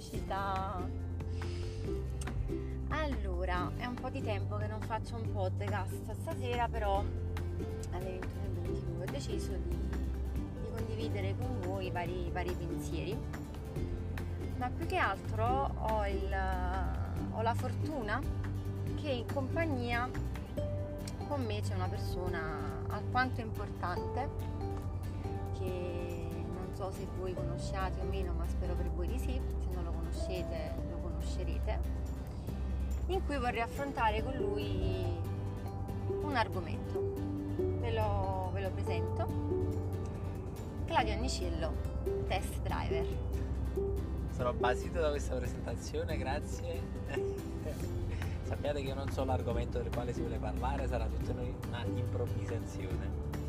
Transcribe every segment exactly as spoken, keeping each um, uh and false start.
felicità. Allora, è un po' di tempo che non faccio un podcast. Stasera però alle ventuno e ventidue ho deciso di, di condividere con voi vari, vari pensieri, ma più che altro ho, il, ho la fortuna che in compagnia con me c'è una persona alquanto importante che non so se voi conosciate o meno, ma spero per voi di sì. Se non lo conoscete lo conoscerete, in cui vorrei affrontare con lui un argomento. Ve lo, ve lo presento: Claudio Annicello, test driver. Sono basito da questa presentazione, grazie. Sappiate che io non so l'argomento del quale si vuole parlare, sarà tutta una improvvisazione.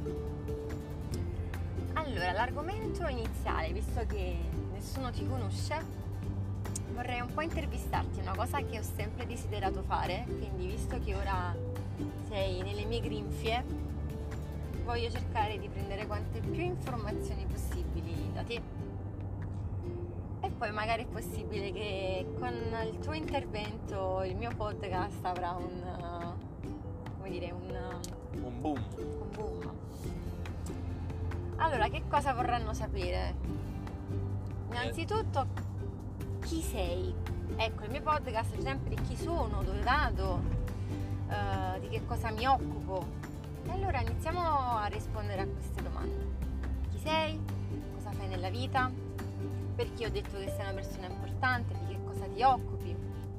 Allora, l'argomento iniziale, visto che nessuno ti conosce, vorrei un po' intervistarti, una cosa che ho sempre desiderato fare, quindi visto che ora sei nelle mie grinfie, voglio cercare di prendere quante più informazioni possibili da te. E poi magari è possibile che con il tuo intervento il mio podcast avrà un, come dire, un, un boom. Un boom. Allora, che cosa vorranno sapere? Innanzitutto, chi sei? Ecco, il mio podcast è sempre chi sono, dove vado, uh, di che cosa mi occupo. E allora iniziamo a rispondere a queste domande. Chi sei? Cosa fai nella vita? Perché ho detto che sei una persona importante? Di che cosa ti occupi?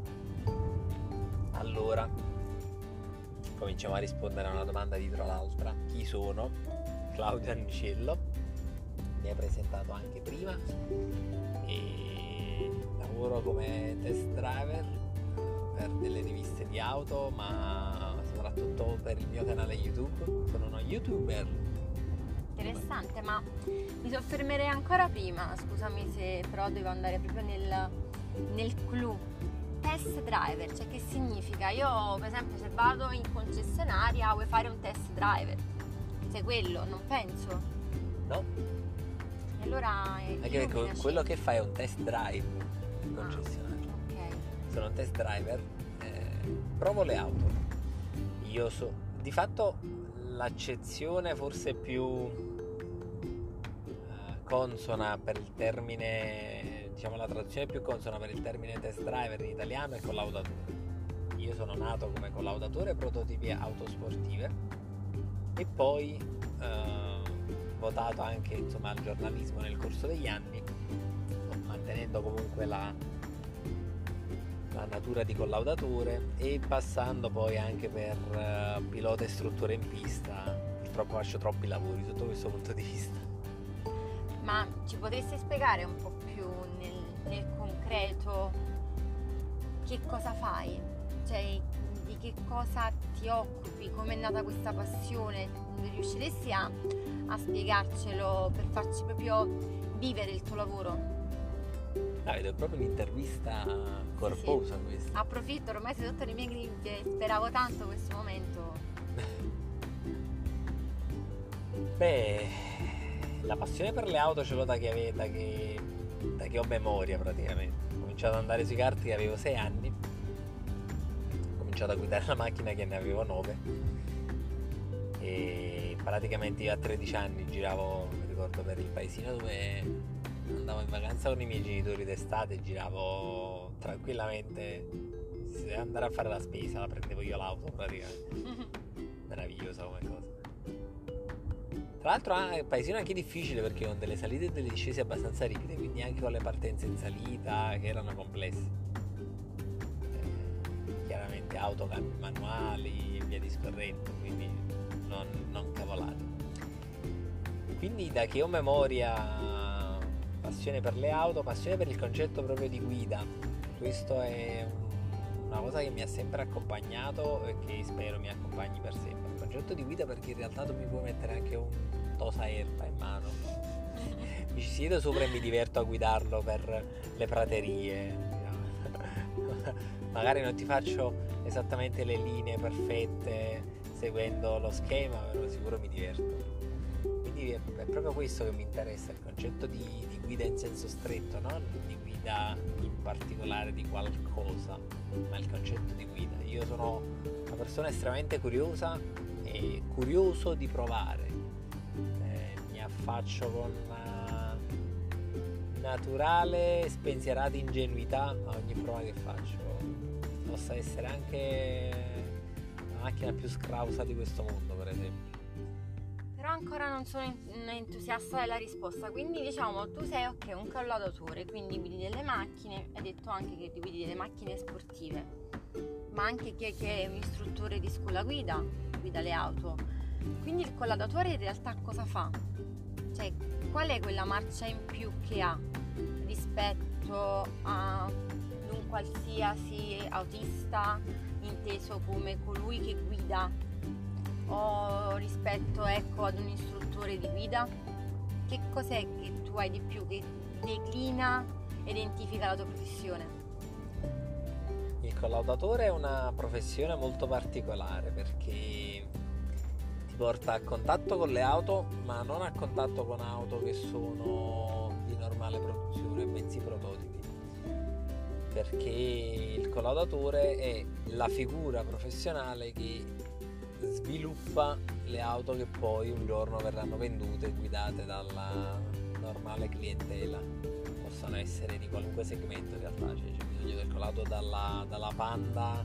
Allora, cominciamo a rispondere a una domanda dietro l'altra. Chi sono? Claudio Annicello, mi hai presentato anche prima, e lavoro come test driver per delle riviste di auto, ma soprattutto per il mio canale YouTube. Sono uno youtuber. Interessante, ma mi soffermerei ancora prima, scusami se però devo andare proprio nel, nel clou. Test driver, cioè che significa? Io per esempio se vado in concessionaria vuoi fare un test driver, sei quello, non penso. No. E allora anche perché quello che fai è un test drive in concessionaria. Ah, ok. Sono un test driver, eh, provo le auto. Io so di fatto l'accezione forse più consona per il termine, diciamo la traduzione più consona per il termine test driver in italiano è collaudatore. Io sono nato come collaudatore prototipi autosportive e poi eh, votato anche insomma al giornalismo nel corso degli anni, mantenendo comunque la, la natura di collaudatore e passando poi anche per eh, pilota e istruttore in pista. Purtroppo faccio troppi lavori sotto questo punto di vista. Ma ci potresti spiegare un po' più nel, nel concreto che cosa fai? Cioè, di che cosa ti occupi? Come è nata questa passione? Riusciresti a, a spiegarcelo per farci proprio vivere il tuo lavoro? Ah, vedo, è proprio un'intervista corposa, sì, sì. Questa. Approfitto, ormai sei sotto le mie grinfie, speravo tanto questo momento. Beh, la passione per le auto ce l'ho da che, ave- da che, da che ho memoria praticamente. Ho cominciato ad andare sui kart che avevo sei anni. Ho cominciato a guidare la macchina che ne avevo nove. E praticamente io a tredici anni giravo, mi ricordo, per il paesino dove andavo in vacanza con i miei genitori d'estate. Giravo tranquillamente, se andare a fare la spesa la prendevo io l'auto praticamente. Meravigliosa come cosa. Tra l'altro è un paesino anche difficile perché con delle salite e delle discese abbastanza ripide, quindi anche con le partenze in salita che erano complesse. Eh, chiaramente autocambi manuali e via discorrendo, quindi non, non cavolate. Quindi da che ho memoria, passione per le auto, passione per il concetto proprio di guida. Questo è un, una cosa che mi ha sempre accompagnato e che spero mi accompagni per sempre. Il concetto di guida, perché in realtà tu mi puoi mettere anche un Tosa Erba in mano, mi ci siedo sopra e mi diverto a guidarlo per le praterie. Magari non ti faccio esattamente le linee perfette seguendo lo schema, però sicuro mi diverto. quindi è, è proprio questo che mi interessa, il concetto di, di guida in senso stretto, non di guida in particolare di qualcosa, ma il concetto di guida. Io sono una persona estremamente curiosa e curioso di provare, eh, mi affaccio con una naturale spensierata ingenuità a ogni prova che faccio, possa essere anche la macchina più scrausa di questo mondo, per esempio. Però ancora non sono entusiasta della risposta, quindi diciamo tu sei ok un collaudatore, quindi guidi delle macchine, hai detto anche che guidi delle macchine sportive, ma anche che, che è un istruttore di scuola guida, guida le auto, quindi il collaudatore in realtà cosa fa? Cioè qual è quella marcia in più che ha rispetto a un qualsiasi autista inteso come colui che guida, o rispetto ecco ad un istruttore di guida? Che cos'è che tu hai di più che declina e identifica la tua professione? Il collaudatore è una professione molto particolare perché ti porta a contatto con le auto, ma non a contatto con auto che sono di normale produzione, bensì prototipi, perché il collaudatore è la figura professionale che sviluppa le auto che poi un giorno verranno vendute e guidate dalla normale clientela. Possono essere di qualunque segmento in realtà, cioè c'è bisogno del collaudo dalla, dalla Panda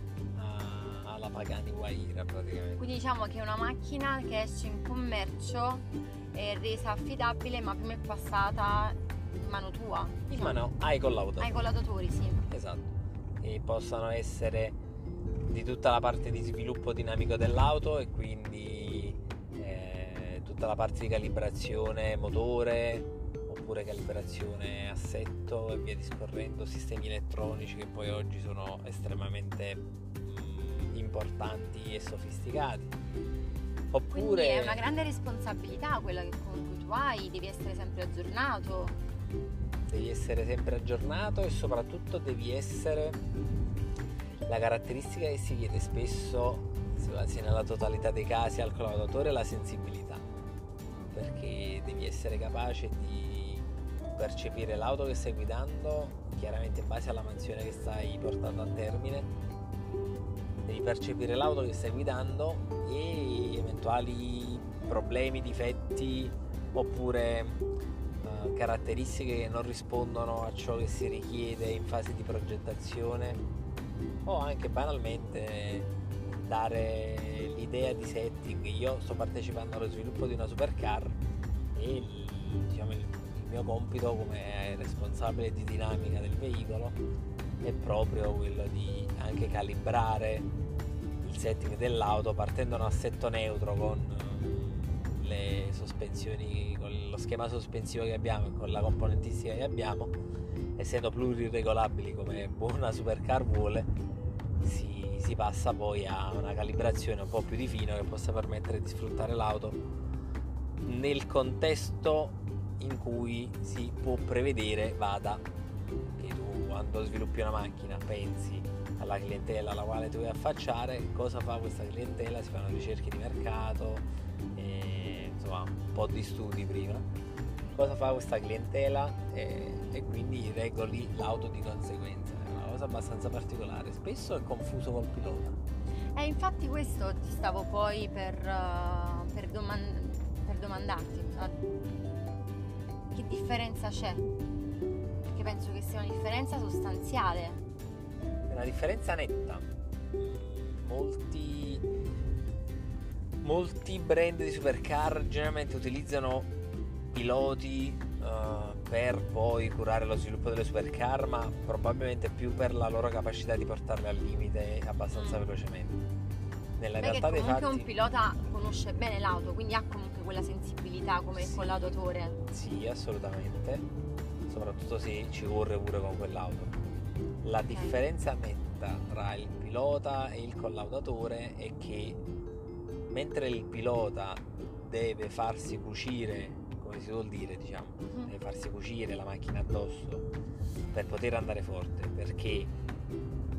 a, alla Pagani Huayra praticamente. Quindi diciamo che una macchina che esce in commercio è resa affidabile ma prima è passata in mano tua, diciamo. Ma no, ai collaudatori. Ai collaudatori, sì. Esatto. E possono essere di tutta la parte di sviluppo dinamico dell'auto e quindi eh, tutta la parte di calibrazione motore oppure calibrazione assetto e via discorrendo, sistemi elettronici che poi oggi sono estremamente mh, importanti e sofisticati. Oppure quindi è una grande responsabilità quella che comunque tu hai, devi essere sempre aggiornato. Devi essere sempre aggiornato e soprattutto devi essere la caratteristica che si chiede spesso, quasi nella totalità dei casi, al collaudatore, è la sensibilità, perché devi essere capace di percepire l'auto che stai guidando, chiaramente in base alla mansione che stai portando a termine, devi percepire l'auto che stai guidando e eventuali problemi, difetti oppure uh, caratteristiche che non rispondono a ciò che si richiede in fase di progettazione, o anche banalmente dare l'idea di setting. Io sto partecipando allo sviluppo di una supercar e il, diciamo, il, il mio compito come responsabile di dinamica del veicolo è proprio quello di anche calibrare il setting dell'auto partendo da un assetto neutro con le sospensioni, con lo schema sospensivo che abbiamo e con la componentistica che abbiamo, essendo pluriregolabili come buona supercar vuole. Si, si passa poi a una calibrazione un po' più di fino che possa permettere di sfruttare l'auto nel contesto in cui si può prevedere vada, che tu quando sviluppi una macchina pensi alla clientela alla quale tu vuoi affacciare, cosa fa questa clientela, si fanno ricerche di mercato e, insomma un po' di studi prima, cosa fa questa clientela e, e quindi regoli l'auto di conseguenza. Cosa abbastanza particolare, spesso è confuso col pilota. E eh, infatti questo ti stavo poi per, uh, per, doman- per domandarti, uh, che differenza c'è? Perché penso che sia una differenza sostanziale. È una differenza netta. Molti, molti brand di supercar generalmente utilizzano piloti uh, per poi curare lo sviluppo delle supercar, ma probabilmente più per la loro capacità di portarle al limite abbastanza velocemente. Nella Beh, realtà che dei comunque fatti un pilota conosce bene l'auto, quindi ha comunque quella sensibilità come il sì, collaudatore. Sì, assolutamente, soprattutto se ci corre pure con quell'auto. La Okay. differenza netta tra il pilota e il collaudatore è che mentre il pilota deve farsi cucire, come si vuol dire, diciamo, Mhm. deve farsi cucire la macchina addosso per poter andare forte, perché il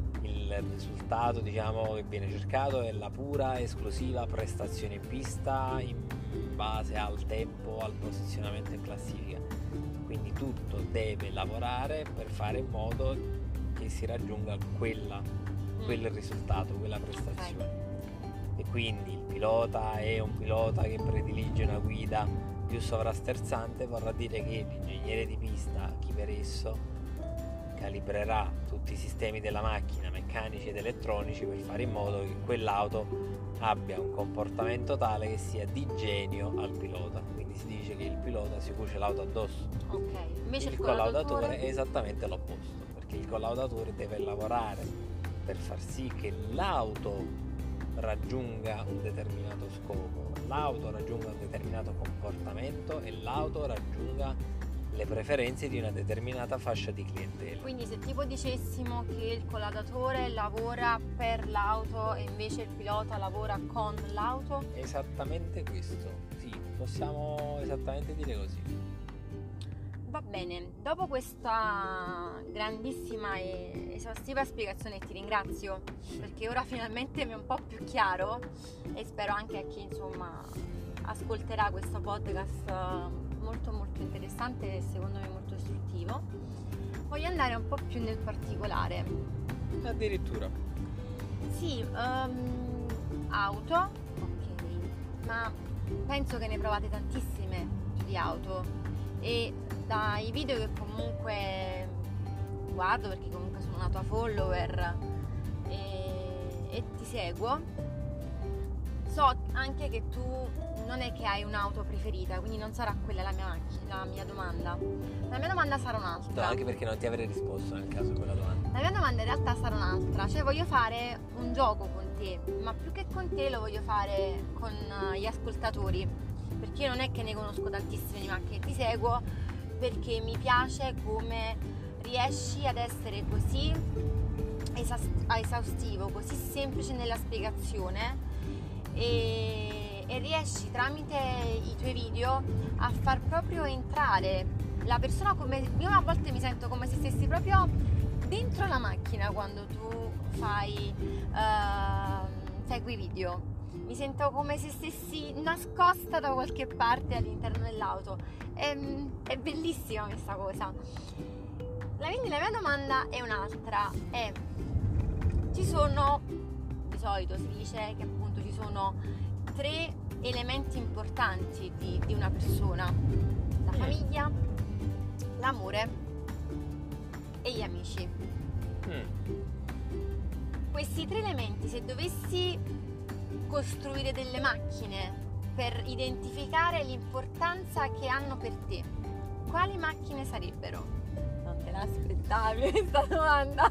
il risultato, diciamo, che viene cercato è la pura esclusiva prestazione in pista in base al tempo, al posizionamento in classifica. Quindi tutto deve lavorare per fare in modo che si raggiunga quella, quel risultato, quella prestazione. Okay. E quindi il pilota è un pilota che predilige una guida più sovrasterzante, vorrà dire che l'ingegnere di pista, chi per esso, calibrerà tutti i sistemi della macchina, meccanici ed elettronici, per fare in modo che quell'auto abbia un comportamento tale che sia di genio al pilota. Quindi si dice che il pilota si cuce l'auto addosso. Ok, invece il, il collaudatore... collaudatore è esattamente l'opposto, perché il collaudatore deve lavorare per far sì che l'auto raggiunga un determinato scopo, l'auto raggiunga un determinato comportamento e l'auto raggiunga le preferenze di una determinata fascia di clientela. Quindi se tipo dicessimo che il collaudatore lavora per l'auto e invece il pilota lavora con l'auto? Esattamente questo, sì, possiamo esattamente dire così. Va bene, dopo questa grandissima e esaustiva spiegazione ti ringrazio, perché ora finalmente mi è un po' più chiaro e spero anche a chi insomma ascolterà questo podcast molto molto interessante e secondo me molto istruttivo. Voglio andare un po' più nel particolare. Addirittura? Sì, um, auto, ok, ma penso che ne provate tantissime di auto e dai video che comunque guardo, perché comunque sono una tua follower e, e ti seguo, so anche che tu non è che hai un'auto preferita, quindi non sarà quella la mia macchina, la mia domanda. La mia domanda sarà un'altra. No, anche perché non ti avrei risposto nel caso di quella domanda. La mia domanda in realtà sarà un'altra, cioè voglio fare un gioco con te, ma più che con te lo voglio fare con gli ascoltatori, perché io non è che ne conosco tantissime di macchine, ti seguo perché mi piace come riesci ad essere così esaustivo, così semplice nella spiegazione e, e riesci tramite i tuoi video a far proprio entrare la persona come... Io a volte mi sento come se stessi proprio dentro la macchina quando tu fai uh, segui i video. Mi sento come se stessi nascosta da qualche parte all'interno dell'auto. È, è bellissima questa cosa. La, quindi la mia domanda è un'altra. È, ci sono, di solito si dice che appunto ci sono tre elementi importanti di, di una persona: la famiglia, l'amore e gli amici. Mm. Questi tre elementi, se dovessi costruire delle macchine per identificare l'importanza che hanno per te, quali macchine sarebbero? Non te l'aspettavi questa domanda?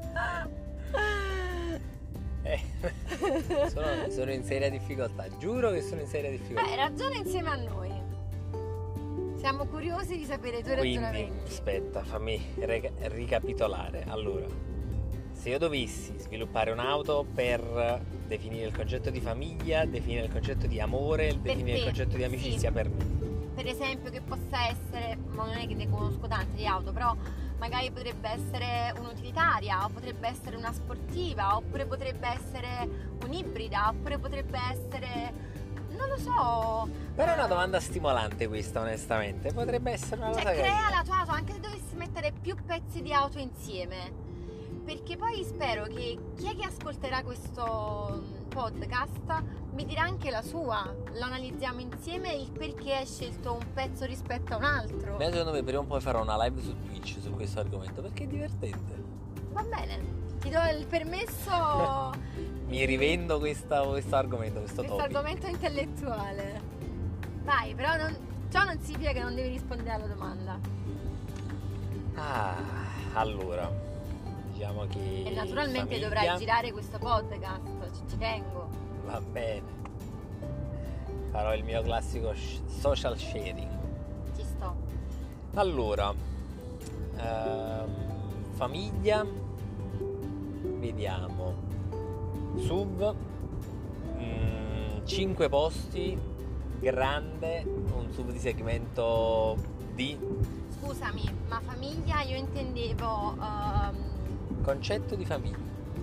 eh, sono, sono in seria difficoltà, giuro che sono in seria difficoltà. Beh, ragiona insieme a noi, siamo curiosi di sapere i tuoi Quindi, ragionamenti. Aspetta, fammi re- ricapitolare. Allora, se io dovessi sviluppare un'auto per definire il concetto di famiglia, definire il concetto di amore, per definire te, il concetto di amicizia, sì. Per me, per esempio, che possa essere, ma non è che ne conosco tante di auto, però magari potrebbe essere un'utilitaria, o potrebbe essere una sportiva, oppure potrebbe essere un'ibrida, oppure potrebbe essere, non lo so. Però è una domanda stimolante questa, onestamente. Potrebbe essere una cioè, cosa crea carina. la tua auto, anche se dovessi mettere più pezzi di auto insieme. Perché poi spero che chi è che ascolterà questo podcast mi dirà anche la sua, lo analizziamo insieme, il perché hai scelto un pezzo rispetto a un altro. Beh, secondo me prima o poi farò una live su Twitch su questo argomento, perché è divertente. Va bene, ti do il permesso. Mi rivendo questa, questo argomento, questo questo topic. argomento intellettuale. Vai, però non, ciò non significa che non devi rispondere alla domanda. Ah, allora diciamo che e naturalmente famiglia... dovrai girare questo podcast, ci, ci tengo. Va bene, farò il mio classico sh- social sharing. Ci sto. Allora, ehm, famiglia, vediamo, sub, mh, cinque posti, grande, un sub di segmento D. Scusami, ma famiglia io intendevo... Um... concetto di famiglia.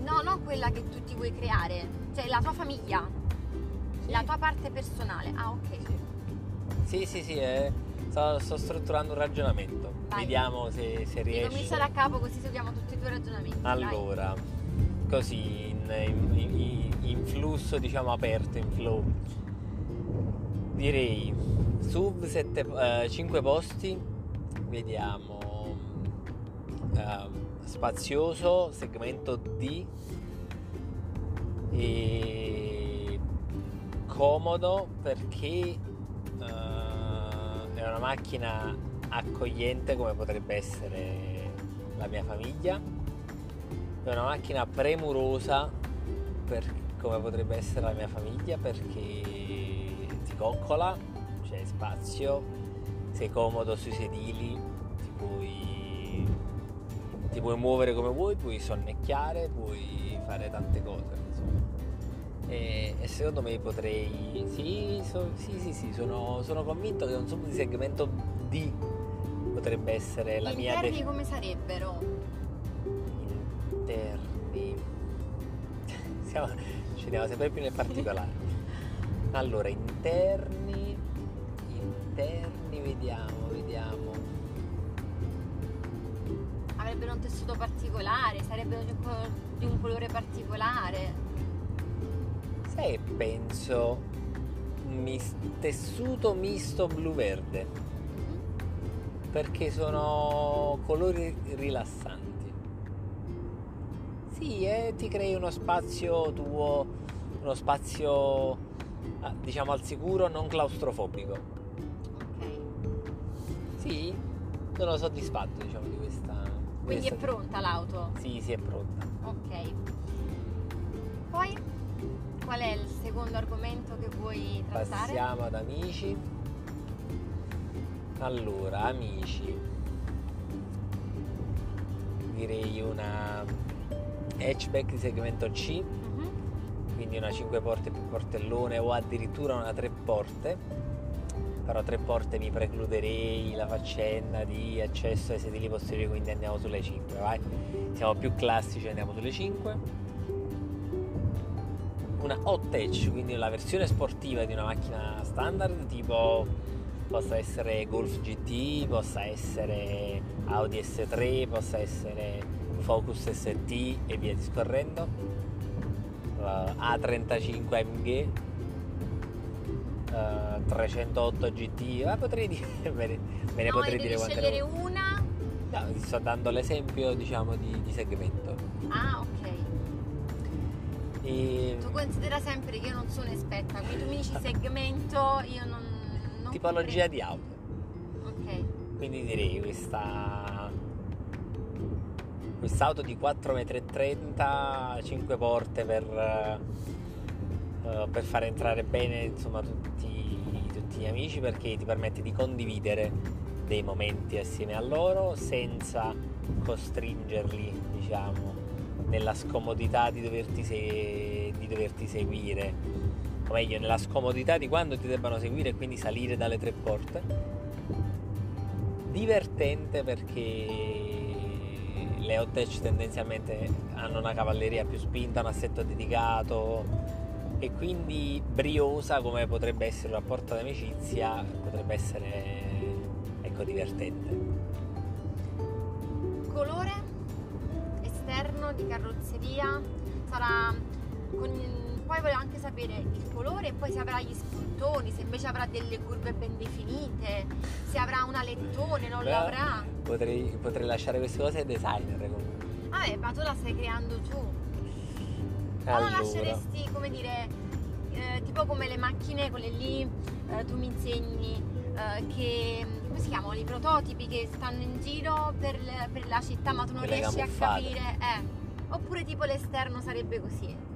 No, non quella che tu ti vuoi creare, cioè la tua famiglia, Sì. la tua parte personale. Ah, ok. Sì, sì, sì, eh, sto, sto strutturando un ragionamento. Vai. Vediamo se, se riesce. Ricomincia da capo così seguiamo tutti i tuoi ragionamenti. Allora, così in, in- in- in flusso, diciamo aperto, in flow. Direi S U V cinque posti, vediamo. eh, spazioso, segmento D, e comodo perché eh, è una macchina accogliente come potrebbe essere la mia famiglia, è una macchina premurosa per, come potrebbe essere la mia famiglia, perché ti coccola, c'è spazio, sei comodo sui sedili, ti puoi, ti puoi muovere come vuoi, puoi sonnecchiare, puoi fare tante cose, insomma. E, e secondo me potrei, sì, so- sì, sì, sì, sono, sono convinto che un sub di segmento D potrebbe essere la Gli mia interni def- come sarebbero? interni. Siamo, scendiamo sempre più nel particolare. Allora, interni, interni, vediamo, vediamo. Avrebbero un tessuto particolare, sarebbero di un, colo- di un colore particolare. Sai, penso un mis- tessuto misto blu-verde, Mhm. perché sono colori rilassanti. Sì, e ti crei uno spazio tuo, uno spazio ah, diciamo al sicuro, non claustrofobico. Ok. Sì, sono soddisfatto, diciamo, di questa. di Quindi è questa- pronta l'auto? Sì, sì, è pronta. Ok. Poi, qual è il secondo argomento che vuoi trattare? Passiamo ad amici. Allora, amici, direi una hatchback di segmento C, Mhm. quindi una cinque porte più portellone, o addirittura una tre porte. Però tre porte mi precluderei la faccenda di accesso ai sedili posteriori, quindi andiamo sulle cinque, vai. Siamo più classici, andiamo sulle cinque. Una hot hatch, quindi la versione sportiva di una macchina standard, tipo possa essere Golf G T, possa essere Audi S tre, possa essere Focus S T e via discorrendo. Uh, A trentacinque A M G, uh, trecentootto G T, ma potrei dire, me ne, me ne No, potrei ne dire devi quante scegliere ne vuoi. una. No, ti sto dando l'esempio, diciamo, di, di segmento. Ah, ok. E Tu considera sempre che io non sono esperta, quindi tu mi dici segmento, io non... non tipologia di auto. comprendo. Ok. Quindi direi questa quest'auto di quattro virgola trenta metri, cinque porte per, eh, per far entrare bene, insomma, tutti, tutti gli amici, perché ti permette di condividere dei momenti assieme a loro senza costringerli, diciamo, nella scomodità di doverti, se- di doverti seguire, o meglio, nella scomodità di quando ti debbano seguire e quindi salire dalle tre porte. Divertente perché le hot hatch tendenzialmente hanno una cavalleria più spinta, un assetto dedicato, e quindi briosa come potrebbe essere una porta d'amicizia, potrebbe essere, ecco, divertente. Colore esterno di carrozzeria sarà con... Poi voglio anche sapere il colore, e poi se avrà gli spuntoni, se invece avrà delle curve ben definite, se avrà un alettone, non Beh, l'avrà. Potrei, potrei lasciare queste cose ai designer comunque. Vabbè, ma tu la stai creando tu. O Allora, non lasceresti, come dire, eh, tipo come le macchine, quelle lì, eh, tu mi insegni eh, che, come si chiamano, i prototipi che stanno in giro per, le- per la città, ma tu non Quelle riesci a camuffate. capire. Eh. Oppure tipo l'esterno sarebbe così.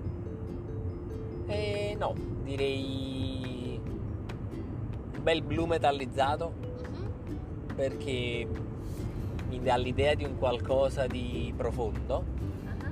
eh, no, direi un bel blu metallizzato, Mhm. perché mi dà l'idea di un qualcosa di profondo. Ah.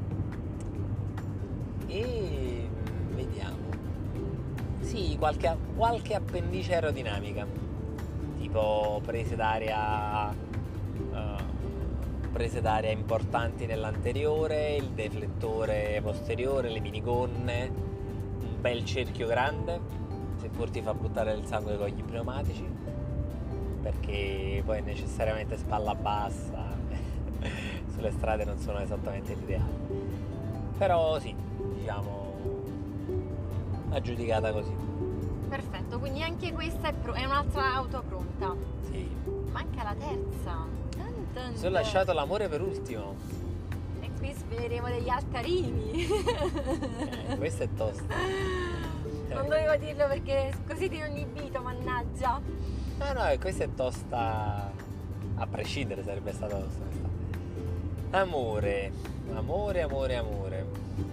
E vediamo. Sì, qualche, qualche appendice aerodinamica, tipo prese d'aria, eh, prese d'aria importanti nell'anteriore, il deflettore posteriore, le minigonne, un bel cerchio grande, seppur ti fa buttare il sangue con gli pneumatici, perché poi necessariamente spalla bassa sulle strade non sono esattamente l'ideale. Però sì, diciamo aggiudicata così. Perfetto, quindi anche questa è, pro- è un'altra auto pronta. Sì. Manca la terza. Dun dun Mi sono dun. lasciato l'amore per ultimo. E qui sveleremo degli altarini. Eh, questo è tosto. Non dovevo dirlo perché così ti ho inibito, mannaggia. No, no, questa è tosta. A prescindere sarebbe stata tosta questa. Amore, amore, amore, amore.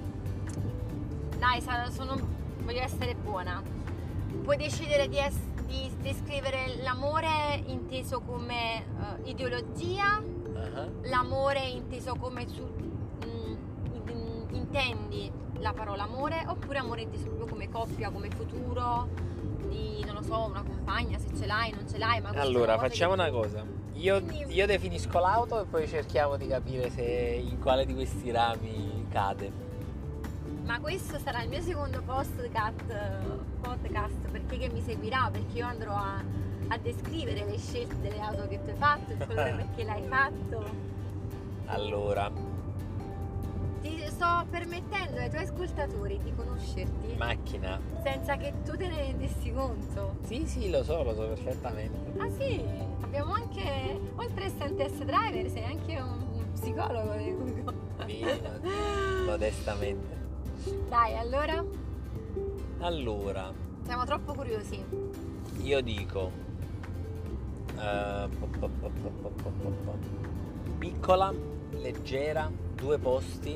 Dai, sa- sono, voglio essere buona. Puoi decidere di, es- di descrivere l'amore inteso come eh, ideologia, Uh-huh. l'amore inteso come su, mm, in- intendi la parola amore, oppure amore inteso proprio come coppia, come futuro, di, non lo so, una compagna, se ce l'hai, non ce l'hai. Ma queste Allora, sono cose facciamo che una tu- cosa. Io, Quindi- io definisco l'auto e poi cerchiamo di capire se in quale di questi rami cade. Ma questo sarà il mio secondo podcast, podcast perché che mi seguirà, perché io andrò a, a descrivere le scelte delle auto che tu hai fatto, il colore perché l'hai fatto. Allora, Ti sto permettendo ai tuoi ascoltatori di conoscerti macchina. senza che tu te ne rendessi conto. Sì, sì, lo so, lo so perfettamente. Ah sì, abbiamo anche, oltre a essere un test driver, sei anche un, un psicologo. Ugo. Sì, modestamente. Dai, allora, Allora, siamo troppo curiosi. io dico eh, po- po- po- po- po- po- po- po. piccola, leggera, due posti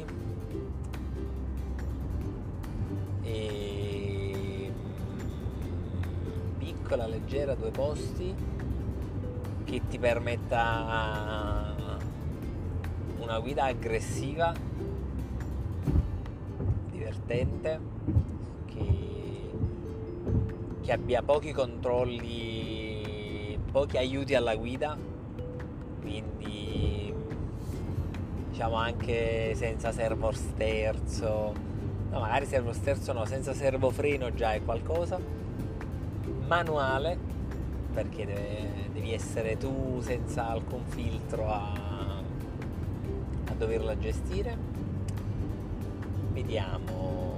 e piccola, leggera, due posti che ti permetta una guida aggressiva, divertente, che, che abbia pochi controlli, pochi aiuti alla guida, quindi diciamo anche senza servo sterzo, no, magari servo sterzo no, senza servo freno già è qualcosa, manuale, perché deve- devi essere tu senza alcun filtro a, a doverla gestire. Vediamo.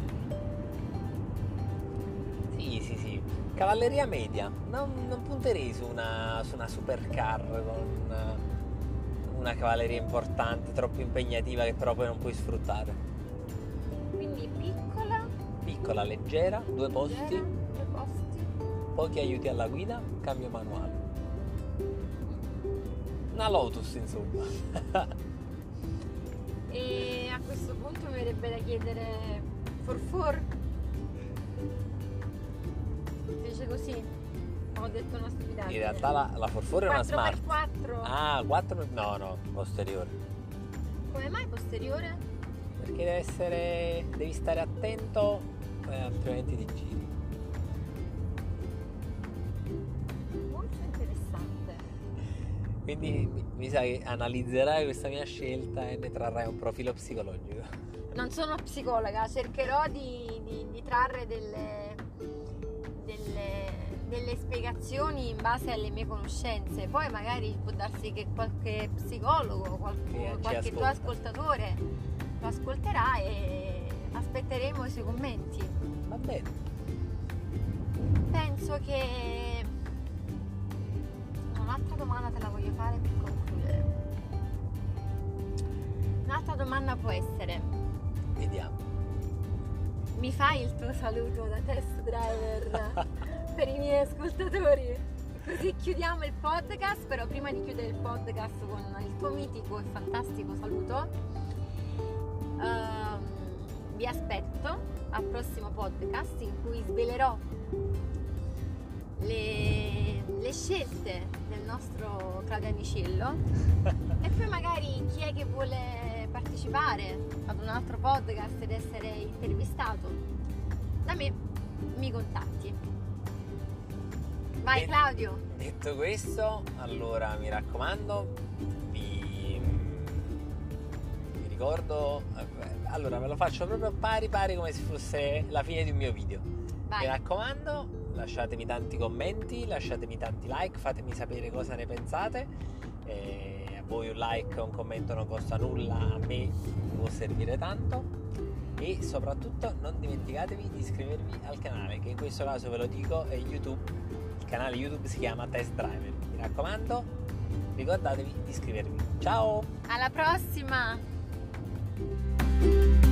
Sì, sì, sì. Cavalleria media. Non, non punterei su una, su una supercar con una cavalleria importante, troppo impegnativa che però poi non puoi sfruttare. Quindi piccola, Piccola, leggera, due posti, leggera, due posti. pochi aiuti alla guida, cambio manuale. Una Lotus, insomma. E a questo punto mi verrebbe da chiedere forfor. Si dice così? Ho detto una stupidaggine. In realtà la, la Forfore è una quattro per smart. quattro. Ah, quattro? No, no, posteriore. Come mai posteriore? Perché deve essere. Devi stare attento, eh, altrimenti ti giri. Molto interessante. Quindi mi, mi sa che analizzerai questa mia scelta e ne trarrai un profilo psicologico. Non sono psicologa, cercherò di, di- di trarre delle, delle, delle spiegazioni in base alle mie conoscenze. Poi magari può darsi che qualche psicologo, qualche, Che ci qualche tuo ascolta. ascoltatore lo ascolterà e aspetteremo i suoi commenti. Va bene. Penso che un'altra domanda te la voglio fare per concludere. Un'altra domanda può essere: Vediamo. mi fai il tuo saluto da test driver per i miei ascoltatori? Così chiudiamo il podcast, però prima di chiudere il podcast con il tuo mitico e fantastico saluto, ehm, vi aspetto al prossimo podcast in cui svelerò le, le scelte del nostro Claudio Anicello e poi magari chi è che vuole partecipare ad un altro podcast ed essere intervistato da me, mi contatti. Vai Bene. Claudio. Detto questo, allora mi raccomando, vi ricordo, allora ve lo faccio proprio pari pari come se fosse la fine di un mio video. Vai. Mi raccomando, lasciatemi tanti commenti, lasciatemi tanti like, fatemi sapere cosa ne pensate. E a voi un like o un commento non costa nulla, a me può servire tanto. E soprattutto non dimenticatevi di iscrivervi al canale, che in questo caso ve lo dico è YouTube. Il canale YouTube si chiama Test Driver. Mi raccomando, ricordatevi di iscrivervi. Ciao! Alla prossima!